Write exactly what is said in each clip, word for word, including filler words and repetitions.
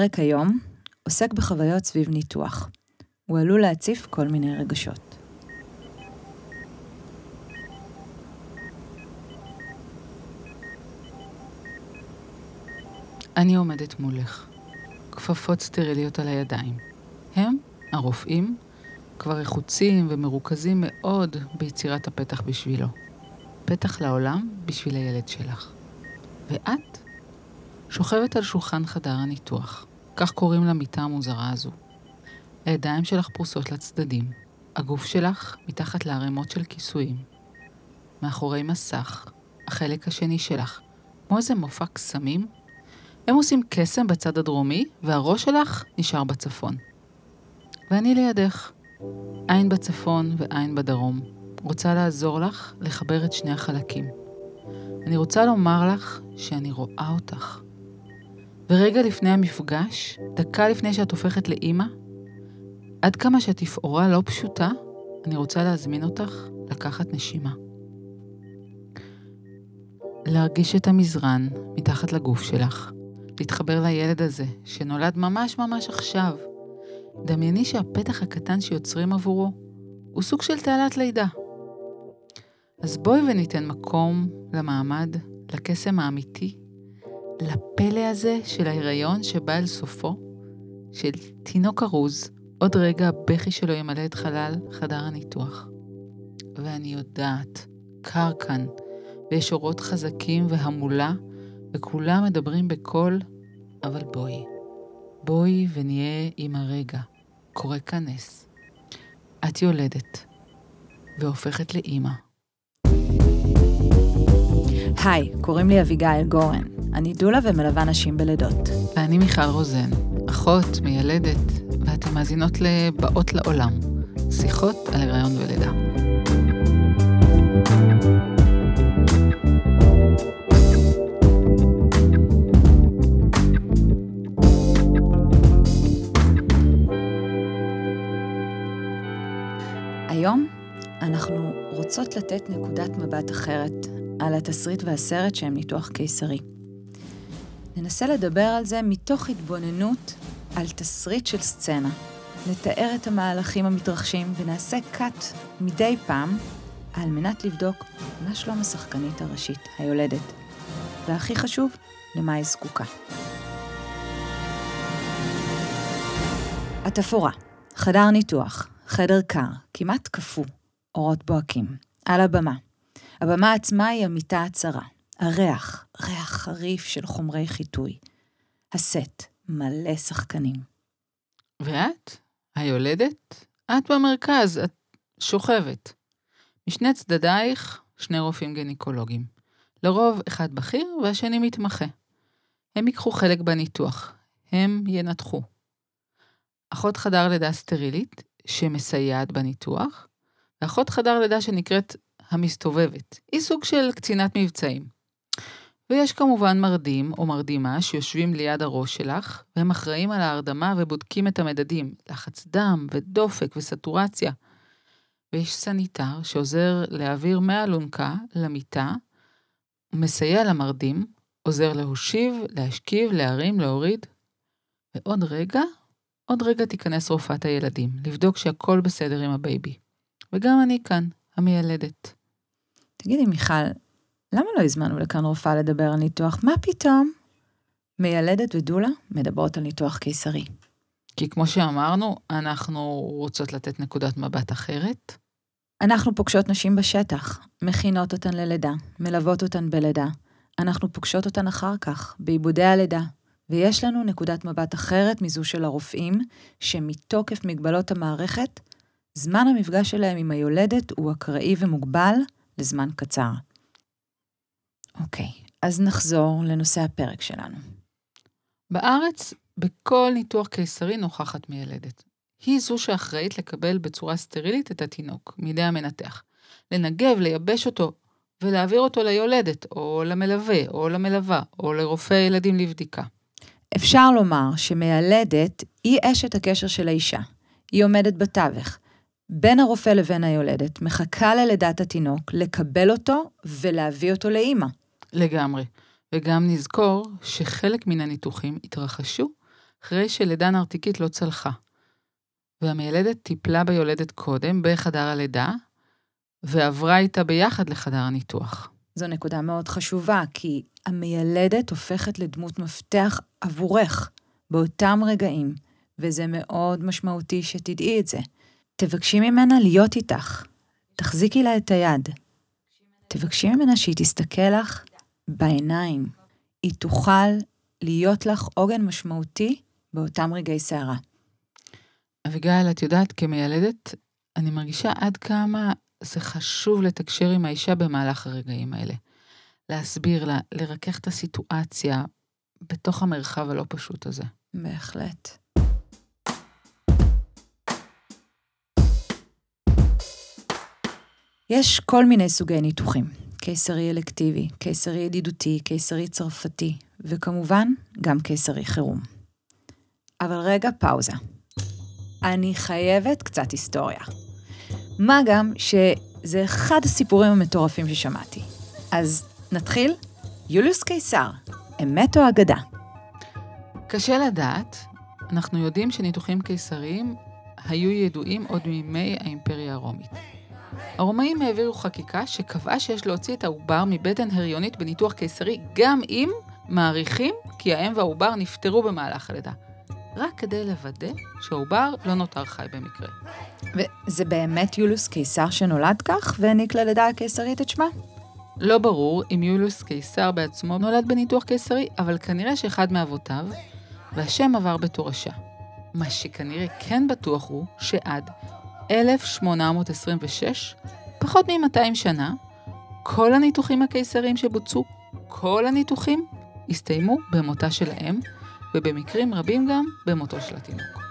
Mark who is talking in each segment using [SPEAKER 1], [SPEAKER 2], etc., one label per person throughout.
[SPEAKER 1] הפרק היום עוסק בחוויות סביב ניתוח. הוא עלול להציף כל מיני רגשות.
[SPEAKER 2] אני עומדת מולך, כפפות סטריליות על הידיים. הם, הרופאים, כבר רחוצים ומרוכזים מאוד ביצירת הפתח בשבילו. פתח לעולם בשביל הילד שלך. ואת שוכבת על שולחן חדר הניתוח. כך קוראים למיטה המוזרה הזו. הידיים שלך פרוסות לצדדים. הגוף שלך מתחת לערימות של כיסויים. מאחורי מסך, החלק השני שלך, כמו איזה מופע קסמים, הם עושים קסם בצד הדרומי, והראש שלך נשאר בצפון. ואני לידך, עין בצפון ועין בדרום. רוצה לעזור לך לחבר את שני החלקים. אני רוצה לומר לך שאני רואה אותך. ורגע לפני המפגש, דקה לפני שאת הופכת לאמא, עד כמה שהתפאורה לא פשוטה, אני רוצה להזמין אותך לקחת נשימה. להרגיש את המזרן מתחת לגוף שלך. להתחבר לילד הזה שנולד ממש ממש עכשיו. דמייני שהפתח הקטן שיוצרים עבורו הוא סוג של תעלת לידה. אז בואי וניתן מקום למעמד, לקסם האמיתי, לפלא הזה של ההיריון שבא אל סופו, של תינוק ארוז, עוד רגע הבכי שלו ימלא את חלל חדר הניתוח. ואני יודעת, קר כאן, ויש אורות חזקים והמולה, וכולם מדברים בקול, אבל בואי, בואי ונהיה עם הרגע, קורה כאן נס. את יולדת, והופכת לאמא.
[SPEAKER 1] היי, קוראים לי אביגיל גורן. אני דולה ומלווה נשים בלידות.
[SPEAKER 2] ואני מיכל רוזן, אחות, מיילדת, ואתם מאזינות לבאות לעולם, שיחות על הריון ולידה.
[SPEAKER 1] היום אנחנו רוצות לתת נקודת מבט אחרת על התסריט והסרט שהם ניתוח קיסרי. ננסה לדבר על זה מתוך התבוננות על תסריט של סצנה. נתאר את המהלכים המתרחשים ונעשה קאט מדי פעם על מנת לבדוק מה שלום השחקנית הראשית, היולדת. והכי חשוב, למה היא זקוקה. התפאורה, חדר ניתוח, חדר קר, כמעט קפוא, אורות בוהקים, על הבמה. הבמה עצמה היא המיטה הצרה. הריח, ריח חריף של חומרי חיטוי. הסט, מלא שחקנים.
[SPEAKER 2] ואת? היולדת? את במרכז, את שוכבת. משני צדדייך, שני רופאים גניקולוגיים. לרוב אחד בכיר והשני מתמחה. הם ייקחו חלק בניתוח. הם ינתחו. אחות חדר לידה סטרילית, שמסייעת בניתוח, ואחות חדר לידה שנקראת המסתובבת. היא סוג של קצינת מבצעים. ויש כמובן מרדים או מרדימה שיושבים ליד הראש שלך, והם אחראים על ההרדמה ובודקים את המדדים, לחץ דם ודופק וסטורציה. ויש סניטר שעוזר להעביר מהאלונקה למיטה, ומסייע למרדים, עוזר להושיב, להשכיב, להרים, להוריד. ועוד רגע, עוד רגע תיכנס רופאת הילדים, לבדוק שהכל בסדר עם הבייבי. וגם אני כאן, המיילדת.
[SPEAKER 1] תגידי מיכל, למה לא הזמנו לכאן רופאה לדבר על ניתוח? מה פתאום? מיילדת ודולה מדברות על ניתוח קיסרי.
[SPEAKER 2] כי כמו שאמרנו, אנחנו רוצות לתת נקודת מבט אחרת.
[SPEAKER 1] אנחנו פוגשות נשים בשטח, מכינות אותן ללידה, מלוות אותן בלידה. אנחנו פוגשות אותן אחר כך, בעיבודי הלידה. ויש לנו נקודת מבט אחרת מזו של הרופאים, שמתוקף מגבלות המערכת, זמן המפגש שלהם עם היולדת הוא אקראי ומוגבל לזמן קצר. אוקיי, אז נחזור לנושא הפרק שלנו.
[SPEAKER 2] בארץ, בכל ניתוח קיסרי נוכחת מיילדת. היא זו שאחראית לקבל בצורה סטרילית את התינוק, מידי המנתח. לנגב, לייבש אותו ולהעביר אותו ליולדת, או למלווה, או למלווה, או לרופא ילדים לבדיקה.
[SPEAKER 1] אפשר לומר שמיילדת היא אשת הקשר של האישה. היא עומדת בתווך. בין הרופא לבין היולדת, מחכה ללידת התינוק, לקבל אותו ולהביא אותו לאמא.
[SPEAKER 2] לגמרי. וגם נזכור שחלק מן הניתוחים התרחשו אחרי שלידה נרתיקית לא צלחה. והמיילדת טיפלה ביולדת קודם בחדר הלידה, ועברה איתה ביחד לחדר הניתוח.
[SPEAKER 1] זו נקודה מאוד חשובה, כי המיילדת הופכת לדמות מפתח עבורך באותם רגעים, וזה מאוד משמעותי שתדעי את זה. תבקשי ממנה להיות איתך, תחזיקי לה את היד. תבקשי ממנה שהיא תסתכל לך בעיניים. היא תוכל להיות לך עוגן משמעותי באותם רגעי שערה.
[SPEAKER 2] אביגיל, את יודעת, כמיילדת, אני מרגישה עד כמה זה חשוב לתקשר עם האישה במהלך הרגעים האלה. להסביר לה, לרכך את הסיטואציה בתוך המרחב הלא פשוט הזה.
[SPEAKER 1] בהחלט. יש כל מיני סוגי ניתוחים. קיסרי אלקטיבי, קיסרי ידידותי, קיסרי צרפתי, וכמובן גם קיסרי חירום. אבל רגע פאוזה. אני חייבת קצת היסטוריה. מה גם שזה אחד הסיפורים המטורפים ששמעתי. אז נתחיל? יוליוס קיסר, אמת או אגדה?
[SPEAKER 2] קשה לדעת, אנחנו יודעים שניתוחים קיסריים היו ידועים עוד מימי האימפריה הרומית. הרומאים העבירו חקיקה שקבעה שיש להוציא את העובר מבטן הריונית בניתוח קיסרי, גם אם מעריכים כי האם והעובר נפטרו במהלך הלידה. רק כדי לוודא שהעובר לא נותר חי במקרה.
[SPEAKER 1] וזה באמת יוליוס קיסר שנולד כך והעניק ללידה הקיסרית את שמה?
[SPEAKER 2] לא ברור אם יוליוס קיסר בעצמו נולד בניתוח קיסרי, אבל כנראה שאחד מאבותיו, והשם עבר בתורשה. מה שכנראה כן בטוח הוא שעד אלף שמונה מאות עשרים ושש, פחות מ-מאתיים שנה, כל הניתוחים הקיסריים שבוצעו, כל הניתוחים, הסתיימו במותה של האם, ובמקרים רבים גם במותו של התינוק.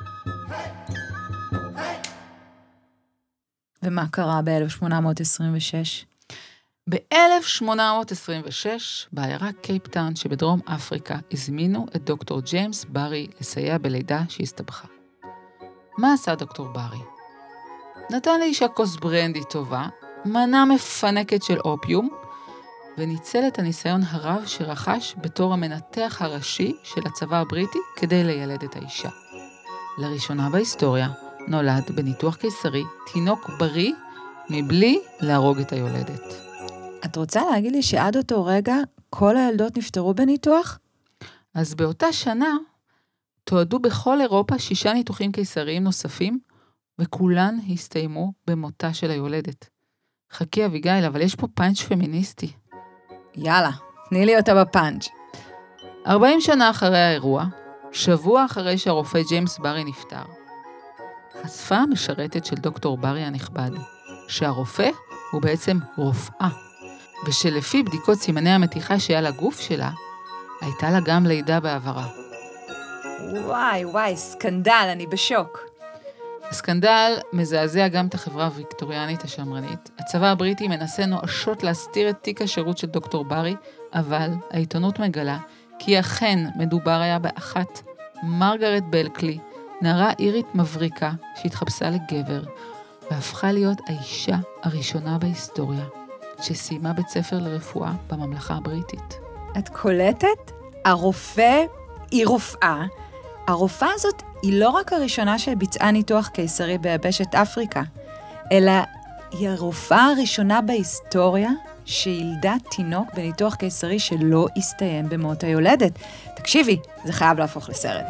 [SPEAKER 1] ומה קרה ב-אלף שמונה מאות עשרים ושש?
[SPEAKER 2] ב-אלף שמונה מאות עשרים ושש, בעיירה קייפטאון שבדרום אפריקה, הזמינו את דוקטור ג'יימס ברי לסייע בלידה שהסתבכה. מה עשה דוקטור ברי? נתן לאישה כוס ברנדי טובה, מנה מפנקת של אופיום, וניצל את הניסיון הרב שרכש בתור המנתח הראשי של הצבא הבריטי כדי לילד את האישה. לראשונה בהיסטוריה נולד בניתוח קיסרי תינוק בריא מבלי להרוג את היולדת.
[SPEAKER 1] את רוצה להגיד לי שעד אותו רגע כל הילדות נפטרו בניתוח?
[SPEAKER 2] אז באותה שנה תועדו בכל אירופה שישה ניתוחים קיסריים נוספים, וכולן הסתיימו במותה של היולדת. חכי אביגיל, אבל יש פה פאנץ' פמיניסטי.
[SPEAKER 1] יאללה, תני לי אותה בפאנץ'.
[SPEAKER 2] ארבעים שנה אחרי האירוע, שבוע אחרי שהרופא ג'יימס ברי נפטר, חשפה המשרתת של דוקטור ברי הנכבד, שהרופא הוא בעצם רופאה, ושלפי בדיקות סימני המתיחה שהיה לגוף שלה, הייתה לה גם לידה בעברה.
[SPEAKER 1] וואי, וואי, סקנדל, אני בשוק.
[SPEAKER 2] הסקנדל מזעזע גם את החברה הוויקטוריאנית השמרנית. הצבא הבריטי מנסה נואשות להסתיר את תיק השירות של דוקטור ברי, אבל העיתונות מגלה כי אכן מדובר היה באחת, מרגרט בלקלי, נערה אירית מבריקה שהתחפשה לגבר, והפכה להיות האישה הראשונה בהיסטוריה, שסיימה בית ספר לרפואה בממלכה הבריטית.
[SPEAKER 1] את קולטת? הרופא היא רופאה. הרופאה הזאת היא לא רק הראשונה שביצעה ניתוח קיסרי ביבשת אפריקה, אלא היא הרופאה הראשונה בהיסטוריה שילדה תינוק בניתוח קיסרי שלא הסתיים במות היולדת. תקשיבי, זה חייב להפוך לסרט.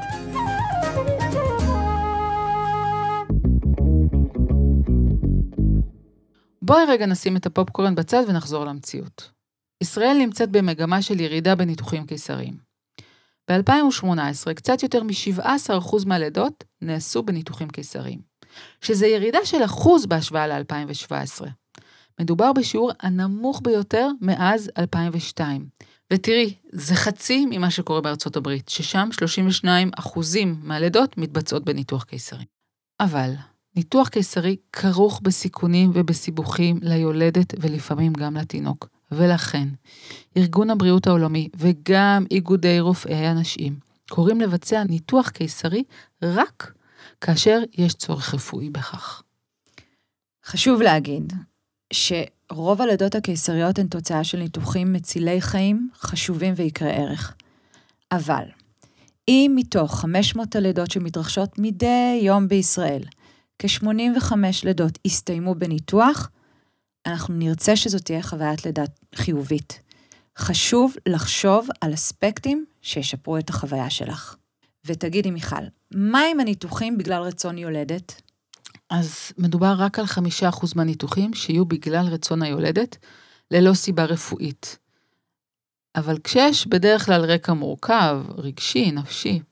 [SPEAKER 2] בואי רגע נשים את הפופקורן בצד ונחזור למציאות. ישראל נמצאת במגמה של ירידה בניתוחים קיסריים. ב-אלפיים ושמונה עשרה, קצת יותר מ-שבעה עשר אחוז מהלידות נעשו בניתוחים קיסריים, שזה ירידה של אחוז בהשוואה ל-אלפיים שבע עשרה. מדובר בשיעור הנמוך ביותר מאז אלפיים ושתיים. ותראי, זה חצי ממה שקורה בארצות הברית, ששם שלושים ושניים אחוזים מהלידות מתבצעות בניתוח קיסרי. אבל ניתוח קיסרי כרוך בסיכונים ובסיבוכים ליולדת ולפעמים גם לתינוק. ולכן, ארגון הבריאות העולמי וגם איגודי רופאי הנשים קוראים לבצע ניתוח קיסרי רק כאשר יש צורך רפואי בכך.
[SPEAKER 1] חשוב להגיד שרוב הלידות הקיסריות הן תוצאה של ניתוחים מצילי חיים, חשובים ויקרי ערך. אבל אם מתוך חמש מאות הלידות שמתרחשות מדי יום בישראל, כ-שמונים וחמש לידות הסתיימו בניתוח, אנחנו נרצה שזאת תהיה חוויית לידה חיובית. חשוב לחשוב על אספקטים שישפרו את החוויה שלך. ותגידי מיכל, מה עם הניתוחים בגלל רצון יולדת?
[SPEAKER 2] אז מדובר רק על חמישה אחוז מהניתוחים שיהיו בגלל רצון היולדת, ללא סיבה רפואית. אבל כשיש בדרך כלל רקע מורכב, רגשי, נפשי.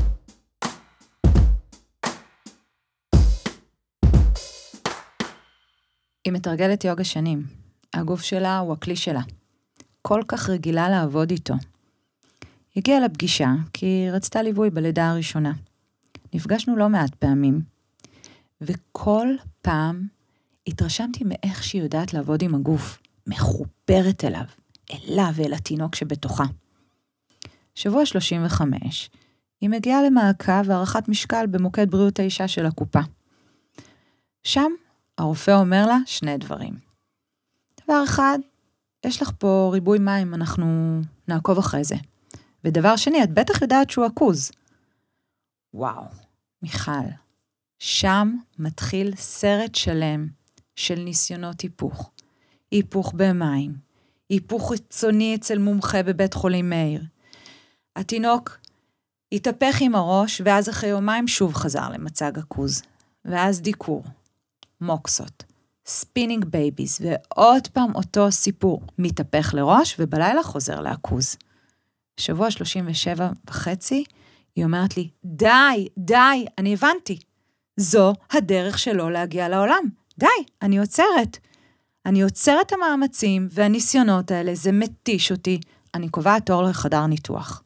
[SPEAKER 1] היא מתרגלת יוגה שנים. הגוף שלה הוא הכלי שלה. כל כך רגילה לעבוד איתו. היא הגיעה לפגישה כי היא רצתה ליווי בלידה הראשונה. נפגשנו לא מעט פעמים, וכל פעם התרשמתי מאיך שהיא יודעת לעבוד עם הגוף, מחוברת אליו, אליו ואל התינוק שבתוכה. שבוע שלושים וחמש, היא מגיעה למעקב והערכת משקל במוקד בריאות האישה של הקופה. שם הרופא אומר לה שני דברים. דבר אחד, יש לך פה ריבוי מים, אנחנו נעקוב אחרי זה. ודבר שני, את בטח יודעת שהוא עכוז. וואו, מיכל, שם מתחיל סרט שלם של ניסיונות היפוך. היפוך במים, היפוך חיצוני אצל מומחה בבית חולים מאיר. התינוק התהפך עם הראש, ואז אחרי יומיים שוב חזר למצג עכוז. ואז דיקור, מוקסות, ספינינג בייביז, ועוד פעם אותו סיפור, מתהפך לראש ובלילה חוזר לעכוז. שבוע שלושים ושבע וחצי, היא אומרת לי, די, די, אני הבנתי. זו הדרך שלו להגיע לעולם. די, אני עוצרת. אני עוצרת את המאמצים והניסיונות האלה, זה מתיש אותי. אני קובעת תור לחדר ניתוח.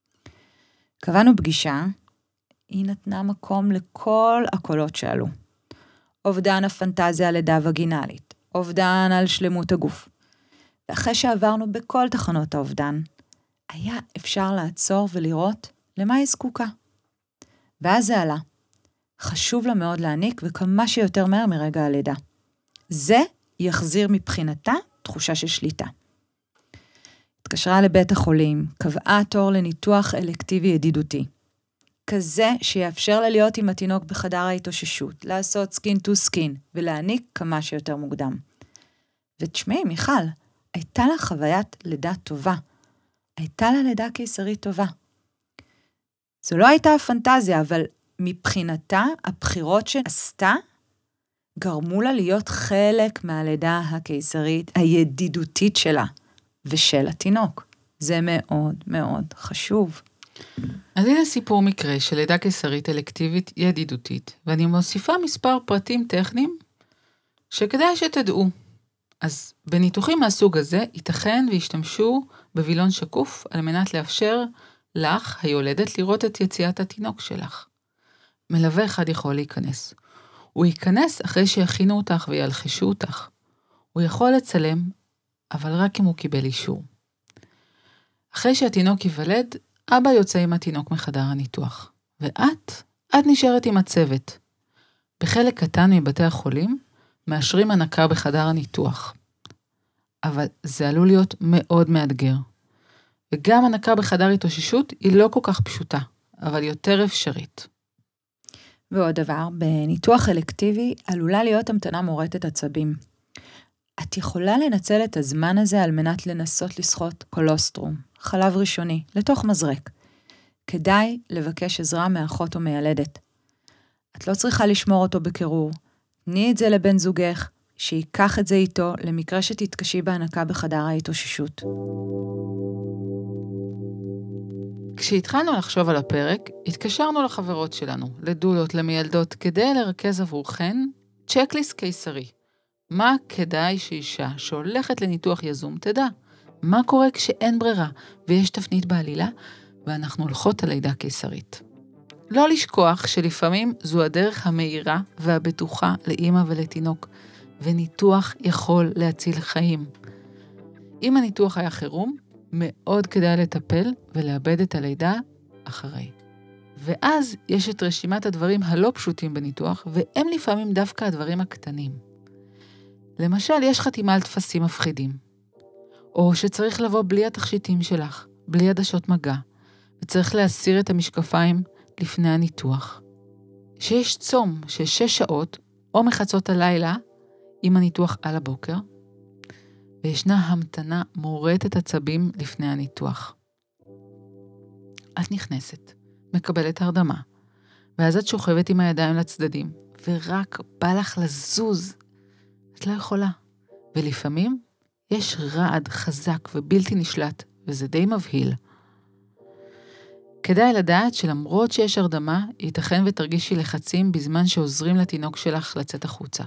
[SPEAKER 1] קבענו פגישה, היא נתנה מקום לכל הקולות שעלו. אובדן הפנטזיה לידה וגינלית, אובדן על שלמות הגוף. ואחרי שעברנו בכל תחנות האובדן, היה אפשר לעצור ולראות למה היא זקוקה. ואז זה עלה. חשוב לה מאוד להעניק וכמה שיותר מהר מרגע הלידה. זה יחזיר מבחינתה תחושה של שליטה. התקשרה לבית החולים, קבעה תור לניתוח אלקטיבי ידידותי. כזה שיאפשר לה להיות עם התינוק בחדר ההתאוששות, לעשות סקין טו סקין, ולהעניק כמה שיותר מוקדם. ותשמעי, מיכל, הייתה לה חוויית לידה טובה. הייתה לה לידה קיסרית טובה. זו לא הייתה הפנטזיה, אבל מבחינתה, הבחירות שעשתה, גרמו לה להיות חלק מהלידה הקיסרית הידידותית שלה, ושל התינוק. זה מאוד מאוד חשוב.
[SPEAKER 2] אז הנה סיפור מקרה של לידה קיסרית אלקטיבית ידידותית, ואני מוסיפה מספר פרטים טכניים שכדאי שתדעו. אז בניתוחים מהסוג הזה ייתכן וישתמשו בווילון שקוף על מנת לאפשר לך, היולדת, לראות את יציאת התינוק שלך. מלווה אחד יכול להיכנס. הוא ייכנס אחרי שיכינו אותך וילחשו אותך. הוא יכול לצלם, אבל רק אם הוא קיבל אישור. אחרי שהתינוק ייוולד, אבא יוצא עם התינוק מחדר הניתוח. ואת, את נשארת עם הצוות. בחלק קטן מבתי החולים, מאשרים הנקה בחדר הניתוח. אבל זה עלול להיות מאוד מאתגר. וגם הנקה בחדר התאוששות היא לא כל כך פשוטה, אבל יותר אפשרית.
[SPEAKER 1] ועוד דבר, בניתוח אלקטיבי עלולה להיות המתנה מורטת עצבים. את יכולה לנצל את הזמן הזה על מנת לנסות לסחוט קולוסטרום, חלב ראשוני, לתוך מזרק. כדאי לבקש עזרה מאחות או מיילדת. את לא צריכה לשמור אותו בקירור. תני את זה לבן זוגך, שיקח את זה איתו למקרה שתתקשי בהנקה בחדר ההתאוששות.
[SPEAKER 2] כשהתחלנו לחשוב על הפרק, התקשרנו לחברות שלנו, לדולות, למיילדות, כדי לרכז עבורכן צ'קליסט קיסרי. מה כדאי שאישה שהולכת לניתוח יזום תדע? מה קורה כשאין ברירה ויש תפנית בעלילה ואנחנו הולכות על לידה קיסרית? לא לשכוח שלפעמים זו הדרך המהירה והבטוחה לאמא ולתינוק, וניתוח יכול להציל חיים. אם הניתוח היה חירום, מאוד כדאי לטפל ולאבד את הלידה אחרי. ואז יש את רשימת הדברים הלא פשוטים בניתוח, והם לפעמים דווקא הדברים הקטנים. למשל, יש חתימה על תפסים מפחידים, או שצריך לבוא בלי התכשיטים שלך, בלי עדשות מגע, וצריך להסיר את המשקפיים לפני הניתוח. שיש צום של שש שעות או מחצות הלילה עם הניתוח על הבוקר, וישנה המתנה מורטת עצבים לפני הניתוח. את נכנסת, מקבלת הרדמה, ואז את שוכבת עם הידיים לצדדים, ורק בא לך לזוז. את לא יכולה. ולפעמים יש רעד חזק ובלתי נשלט, וזה די מבהיל. כדאי לדעת שלמרות שיש הרדמה, ייתכן ותרגישי לחצים בזמן שעוזרים לתינוק שלך לצאת החוצה.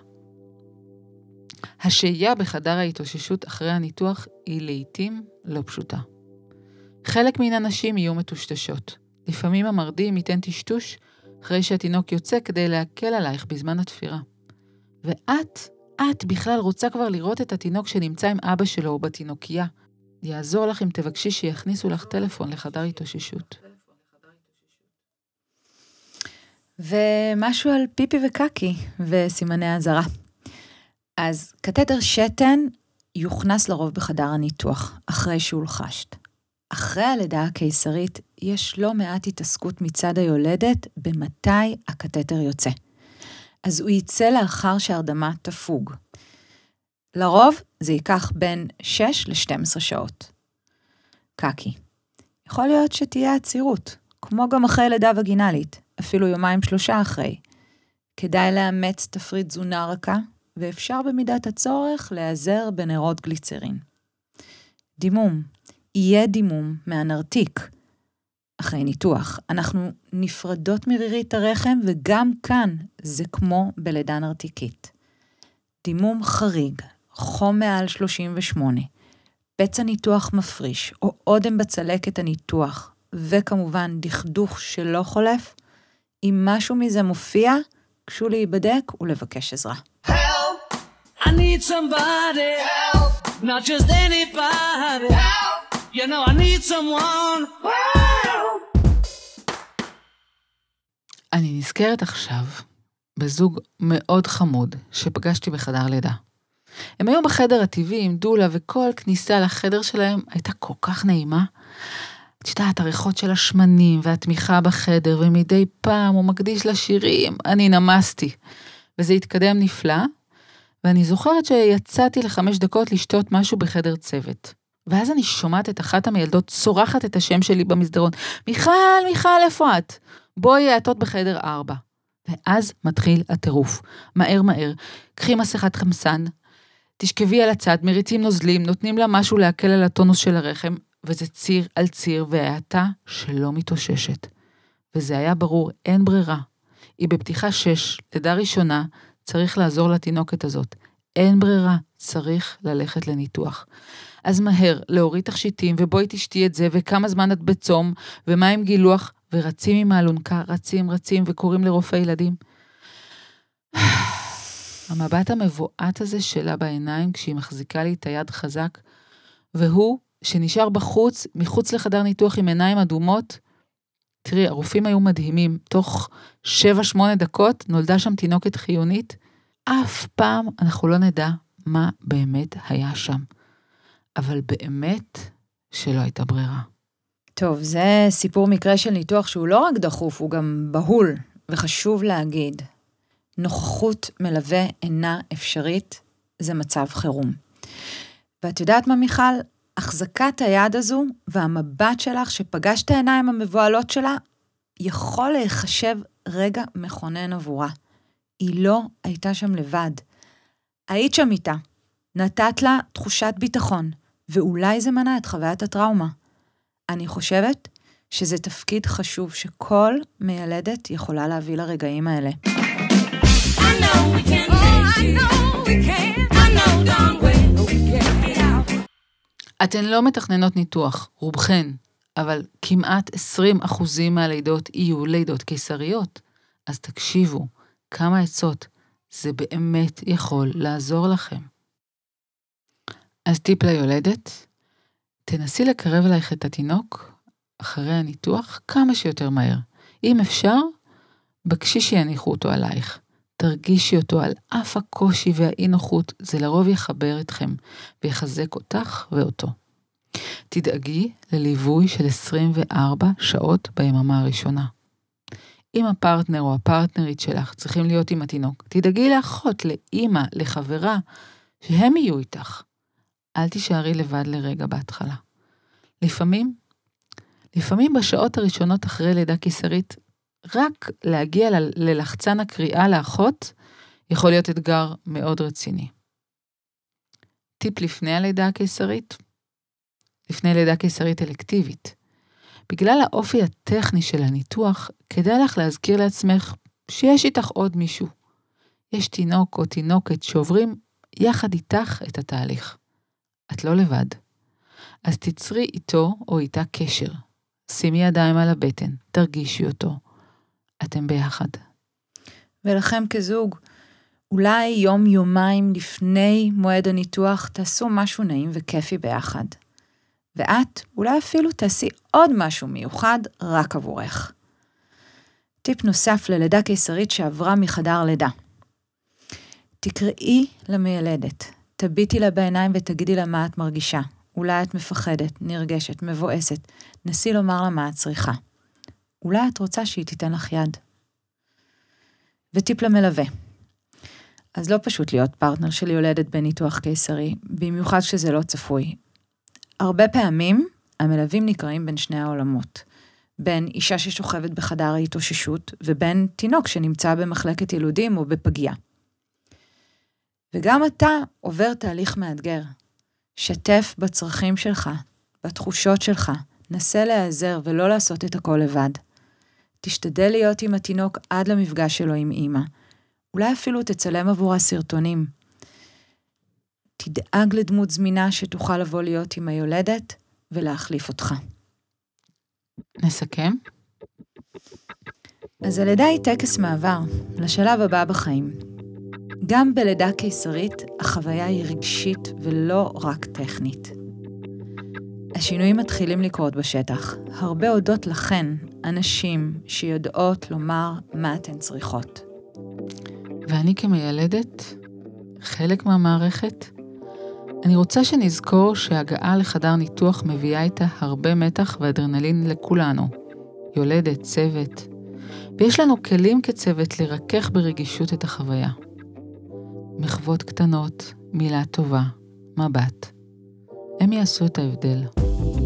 [SPEAKER 2] השהייה בחדר ההתאוששות אחרי הניתוח היא לעתים לא פשוטה. חלק מן הנשים יהיו מטושטשות. לפעמים המרדים ייתן טשטוש אחרי שהתינוק יוצא כדי להקל עלייך בזמן התפירה. ואת, את בכלל רוצה כבר לראות את התינוק שנמצא עם אבא שלו או בתינוקיה. יעזור לך אם תבקשי שיכניסו לך טלפון לחדר התאוששות.
[SPEAKER 1] ומשהו על פיפי וקקי וסימני האזהרה. אז קתטר שתן יוכנס לרוב בחדר הניתוח, אחרי שהולחשת. אחרי הלידה הקיסרית יש לא מעט התעסקות מצד היולדת במתי הקתטר יוצא. אז הוא יצא לאחר שהרדמה תפוג. לרוב זה ייקח בין שש ל-שתים עשרה שעות. קקי. יכול להיות שתהיה עצירות, כמו גם אחרי לידה וגינלית, אפילו יומיים שלושה אחרי. כדאי לאמץ תפריט תזונה רכה, ואפשר במידת הצורך להיעזר בנרות גליצרין. דימום. יהיה דימום מהנרתיק. אחרי ניתוח, אנחנו נפרדות מרירית הרחם, וגם כאן זה כמו בלידה נרתיקית. דימום חריג, חום מעל שלושים ושמונה, פצע ניתוח מפריש, או עודם בצלקת הניתוח, וכמובן דכדוך שלא חולף, אם משהו מזה מופיע, קשו להיבדק ולבקש עזרה.
[SPEAKER 3] Help! I need somebody. Help! Not just anybody. Help! You know I need someone. Help!
[SPEAKER 2] אני נזכרת עכשיו בזוג מאוד חמוד שפגשתי בחדר לידה. הם היו בחדר הטבעי עם דולה, וכל כניסה לחדר שלהם הייתה כל כך נעימה. את יודעת, הריחות של השמנים והתמיכה בחדר, ומדי פעם הוא מקדיש לשירים, אני נמסתי. וזה התקדם נפלא, ואני זוכרת שיצאתי לחמש דקות לשתות משהו בחדר צוות. ואז אני שומעת את אחת המילדות צורחת את השם שלי במסדרון, מיכל, מיכל, איפה את? בואי העטות בחדר ארבע. ואז מתחיל הטירוף. מהר מהר, קחי מסכת חמסן, תשכבי על הצד, מריצים נוזלים, נותנים לה משהו להקל על הטונוס של הרחם, וזה ציר על ציר, והעטה שלא מתאוששת. וזה היה ברור, אין ברירה. היא בפתיחה שש, לידה ראשונה, צריך לעזור לתינוקת הזאת. אין ברירה, צריך ללכת לניתוח. אז מהר, להוריד תכשיטים, ובואי תשתי את זה, וכמה זמן את בצום, ומה עם גילוח, ורצים עם האלונקה, רצים, רצים, וקוראים לרופא ילדים. המבט המבועת הזה שלה בעיניים, כשהיא מחזיקה לי את היד חזק, והוא שנשאר בחוץ, מחוץ לחדר ניתוח עם עיניים אדומות, תראי, הרופאים היו מדהימים, תוך שבע שמונה דקות נולדה שם תינוקת חיונית, אף פעם אנחנו לא נדע מה באמת היה שם. אבל באמת שלא הייתה ברירה.
[SPEAKER 1] טוב, זה סיפור מקרה של ניתוח שהוא לא רק דחוף, הוא גם בהול, וחשוב להגיד, נוכחות מלווה אינה אפשרית, זה מצב חירום. ואת יודעת מה מיכל? החזקת היד הזו והמבט שלך שפגש את העיניים המבועלות שלה, יכול להיחשב רגע מכונן עבורה. היא לא הייתה שם לבד. היית שם איתה, נתת לה תחושת ביטחון, ואולי זה מנע את חוויית הטראומה. אני חושבת שזה תפקיד חשוב שכל מיילדת יכולה להביא לרגעים האלה.
[SPEAKER 3] I know we can. Oh, I know we can. I know darn well we can get out.
[SPEAKER 2] אתן לא מתכננות ניתוח, רובכן, אבל כמעט עשרים אחוזים מהלידות יהיו לידות קיסריות. אז תקשיבו, כמה עצות, זה באמת יכול לעזור לכם. אז טיפ ליולדת, תנסי לקרב אלייך את התינוק אחרי הניתוח כמה שיותר מהר. אם אפשר, בקשי שיניחו אותו עלייך. תרגישי אותו על אף הקושי והאי נוחות, זה לרוב יחבר אתכם ויחזק אותך ואותו. תדאגי לליווי של עשרים וארבע שעות ביממה הראשונה. אם הפרטנר או הפרטנרית שלך צריכים להיות עם התינוק, תדאגי לאחות, לאמא, לחברה, שהם יהיו איתך. אל תישארי לבד לרגע בהתחלה. לפעמים, לפעמים בשעות הראשונות אחרי לידה קיסרית, רק להגיע ל- ללחצן הקריאה לאחות, יכול להיות אתגר מאוד רציני. טיפ לפני הלידה הקיסרית, לפני לידה קיסרית אלקטיבית. בגלל האופי הטכני של הניתוח, כדאי לך להזכיר לעצמך שיש איתך עוד מישהו. יש תינוק או תינוקת שעוברים יחד איתך את התהליך. את לא לבד. אז תצרי איתו או איתה קשר. שימי ידיים על הבטן, תרגישי אותו. אתם ביחד.
[SPEAKER 1] ולכם כזוג, אולי יום יומיים לפני מועד הניתוח תעשו משהו נעים וכיפי ביחד. ואת אולי אפילו תעשי עוד משהו מיוחד רק עבורך. טיפ נוסף ללידה קיסרית שעברה מחדר לידה. תקראי למיילדת, תביטי לה בעיניים ותגידי לה מה את מרגישה. אולי את מפחדת, נרגשת, מבואסת. נסי לומר לה מה את צריכה. אולי את רוצה שהיא תיתן לך יד. וטיפ למלווה. אז לא פשוט להיות פרטנר של יולדת בניתוח קיסרי, במיוחד שזה לא צפוי. הרבה פעמים המלווים נקראים בין שני העולמות. בין אישה ששוכבת בחדר ההתאוששות, ובין תינוק שנמצא במחלקת ילודים או בפגייה. וגם אתה עובר תהליך מאתגר. שתף בצרכים שלך, בתחושות שלך, נסה להיעזר ולא לעשות את הכל לבד. תשתדל להיות עם התינוק עד למפגש שלו עם אמא. אולי אפילו תצלם עבורה סרטונים. תדאג לדמות זמינה שתוכל לבוא להיות עם היולדת ולהחליף אותך.
[SPEAKER 2] נסכם?
[SPEAKER 1] אז הלידה היא טקס מעבר לשלב הבא בחיים. גם בלידה קיסרית החוויה היא רגשית ולא רק טכנית. השינויים מתחילים לקרות בשטח, הרבה הודות לכן, אנשים שיודעות לומר מה אתן צריכות.
[SPEAKER 2] ואני כמיילדת, חלק מהמערכת, אני רוצה שנזכור שהגעה לחדר ניתוח מביאה איתה הרבה מתח ואדרנלין לכולנו, יולדת, צוות, ויש לנו כלים כצוות לרכך ברגישות את החוויה. מחוות קטנות, מילה טובה, מבט. הם יעשו את ההבדל.